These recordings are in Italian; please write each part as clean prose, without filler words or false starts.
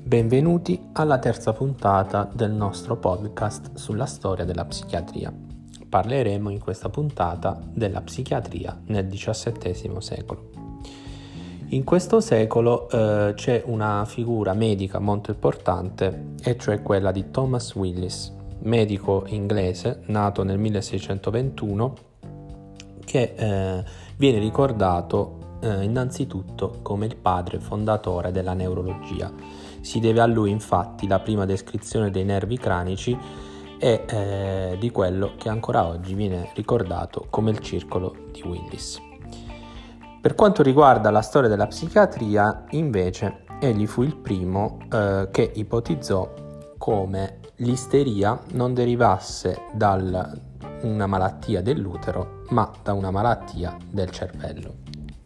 Benvenuti alla terza puntata del nostro podcast sulla storia della psichiatria. Parleremo in questa puntata della psichiatria nel XVII secolo. In questo secolo c'è una figura medica molto importante, e cioè quella di Thomas Willis, medico inglese nato nel 1621, che viene ricordato innanzitutto come il padre fondatore della neurologia. Si deve a lui infatti la prima descrizione dei nervi cranici e di quello che ancora oggi viene ricordato come il circolo di Willis. Per quanto riguarda la storia della psichiatria, invece, egli fu il primo che ipotizzò come l'isteria non derivasse da una malattia dell'utero, ma da una malattia del cervello.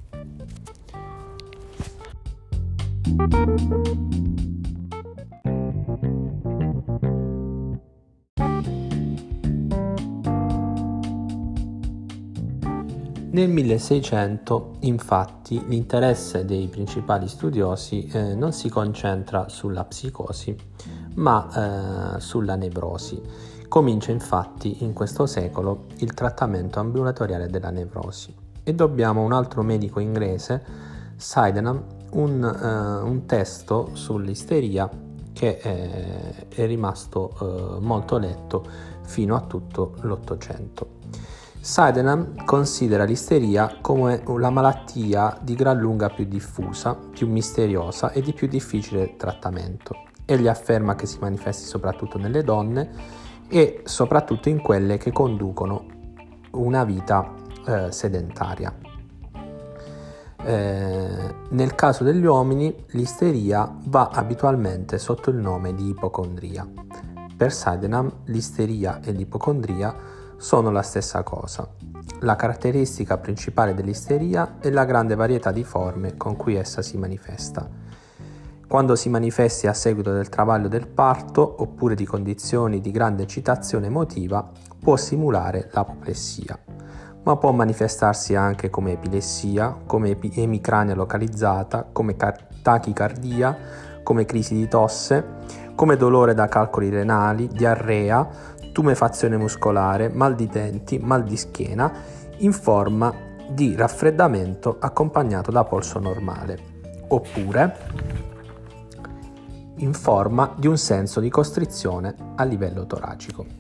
Nel 1600, infatti, l'interesse dei principali studiosi non si concentra sulla psicosi, ma sulla nevrosi. Comincia infatti in questo secolo il trattamento ambulatoriale della nevrosi e dobbiamo a un altro medico inglese, Sydenham, un testo sull'isteria che è rimasto molto letto fino a tutto l'Ottocento. Sydenham considera l'isteria come la malattia di gran lunga più diffusa, più misteriosa e di più difficile trattamento. Egli afferma che si manifesti soprattutto nelle donne e soprattutto in quelle che conducono una vita sedentaria. Nel caso degli uomini, l'isteria va abitualmente sotto il nome di ipocondria. Per Sydenham, l'isteria e l'ipocondria sono la stessa cosa. La caratteristica principale dell'isteria è la grande varietà di forme con cui essa si manifesta. Quando si manifesti a seguito del travaglio del parto oppure di condizioni di grande eccitazione emotiva, può simulare l'apoplessia, ma può manifestarsi anche come epilessia, come emicrania localizzata, come tachicardia, come crisi di tosse, come dolore da calcoli renali, diarrea, tumefazione muscolare, mal di denti, mal di schiena, in forma di raffreddamento accompagnato da polso normale, oppure in forma di un senso di costrizione a livello toracico.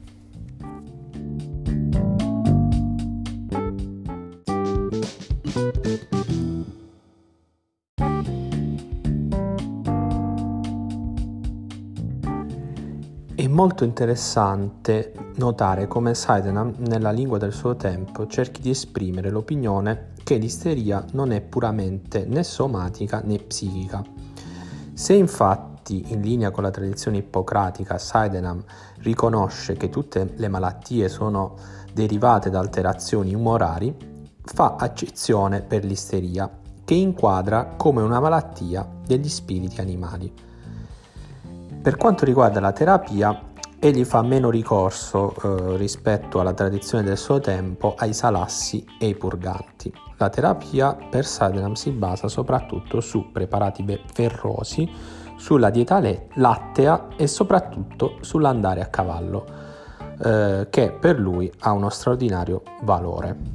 È molto interessante notare come Sydenham, nella lingua del suo tempo, cerchi di esprimere l'opinione che l'isteria non è puramente né somatica né psichica. Se infatti, in linea con la tradizione ippocratica, Sydenham riconosce che tutte le malattie sono derivate da alterazioni umorali, fa eccezione per l'isteria, che inquadra come una malattia degli spiriti animali. Per quanto riguarda la terapia, egli fa meno ricorso rispetto alla tradizione del suo tempo ai salassi e ai purganti. La terapia per Sydenham si basa soprattutto su preparati ferrosi, sulla dieta lattea e soprattutto sull'andare a cavallo, che per lui ha uno straordinario valore.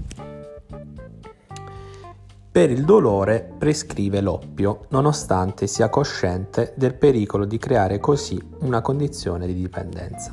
Per il dolore prescrive l'oppio, nonostante sia cosciente del pericolo di creare così una condizione di dipendenza.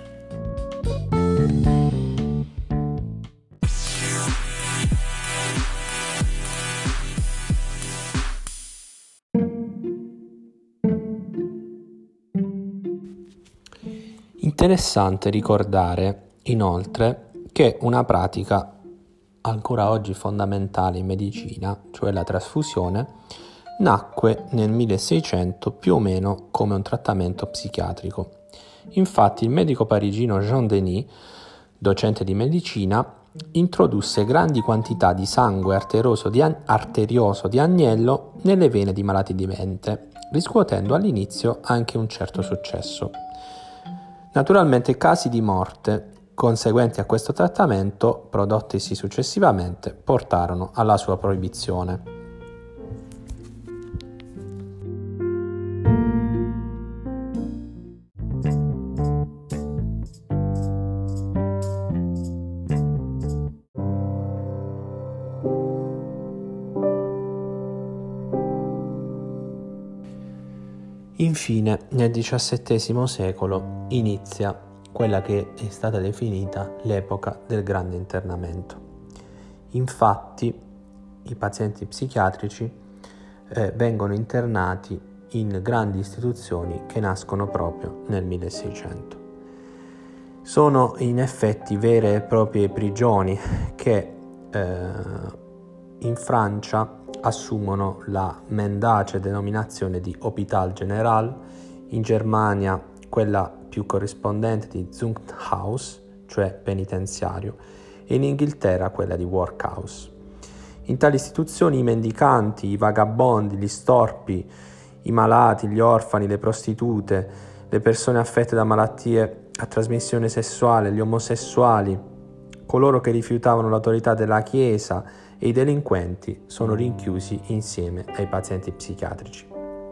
Interessante ricordare, inoltre, che una pratica ancora oggi fondamentale in medicina, cioè la trasfusione, nacque nel 1600 più o meno come un trattamento psichiatrico. Infatti il medico parigino Jean Denis, docente di medicina, introdusse grandi quantità di sangue arterioso di agnello nelle vene di malati di mente, riscuotendo all'inizio anche un certo successo. Naturalmente casi di morte conseguenti a questo trattamento, prodottisi successivamente, portarono alla sua proibizione. Infine, nel XVII secolo inizia quella che è stata definita l'epoca del grande internamento. Infatti, i pazienti psichiatrici vengono internati in grandi istituzioni che nascono proprio nel 1600. Sono in effetti vere e proprie prigioni che in Francia assumono la mendace denominazione di Hôpital Général, in Germania quella più corrispondente di Zuchthaus, cioè penitenziario, e in Inghilterra quella di Workhouse. In tali istituzioni i mendicanti, i vagabondi, gli storpi, i malati, gli orfani, le prostitute, le persone affette da malattie a trasmissione sessuale, gli omosessuali, coloro che rifiutavano l'autorità della Chiesa e i delinquenti sono rinchiusi insieme ai pazienti psichiatrici.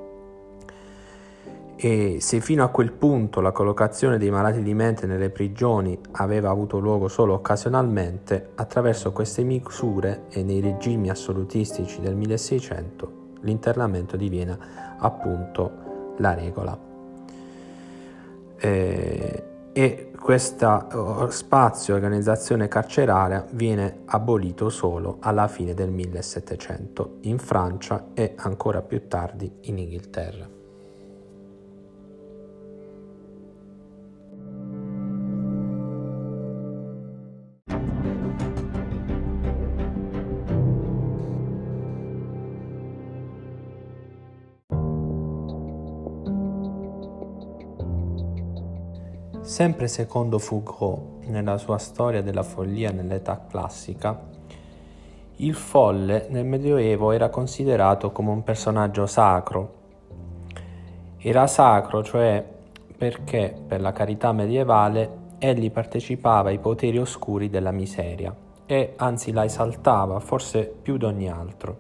E se fino a quel punto la collocazione dei malati di mente nelle prigioni aveva avuto luogo solo occasionalmente, attraverso queste misure e nei regimi assolutistici del 1600 l'internamento diviene appunto la regola. E questo spazio e organizzazione carceraria viene abolito solo alla fine del 1700 in Francia e ancora più tardi in Inghilterra. Sempre secondo Foucault, nella sua storia della follia nell'età classica, il folle nel Medioevo era considerato come un personaggio sacro. Era sacro, cioè perché per la carità medievale egli partecipava ai poteri oscuri della miseria e anzi la esaltava, forse più di ogni altro.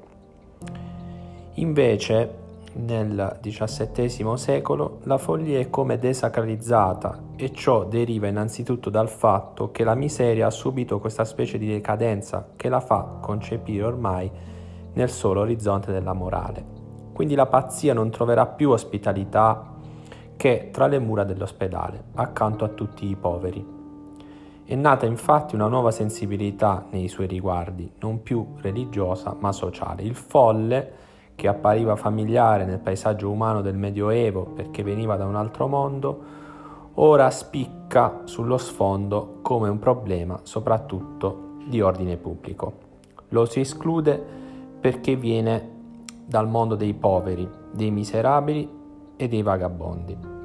Invece, nel XVII secolo la follia è come desacralizzata e ciò deriva innanzitutto dal fatto che la miseria ha subito questa specie di decadenza che la fa concepire ormai nel solo orizzonte della morale. Quindi la pazzia non troverà più ospitalità che tra le mura dell'ospedale, accanto a tutti i poveri. È nata infatti una nuova sensibilità nei suoi riguardi, non più religiosa ma sociale. Il folle, che appariva familiare nel paesaggio umano del Medioevo perché veniva da un altro mondo, ora spicca sullo sfondo come un problema soprattutto di ordine pubblico. Lo si esclude perché viene dal mondo dei poveri, dei miserabili e dei vagabondi.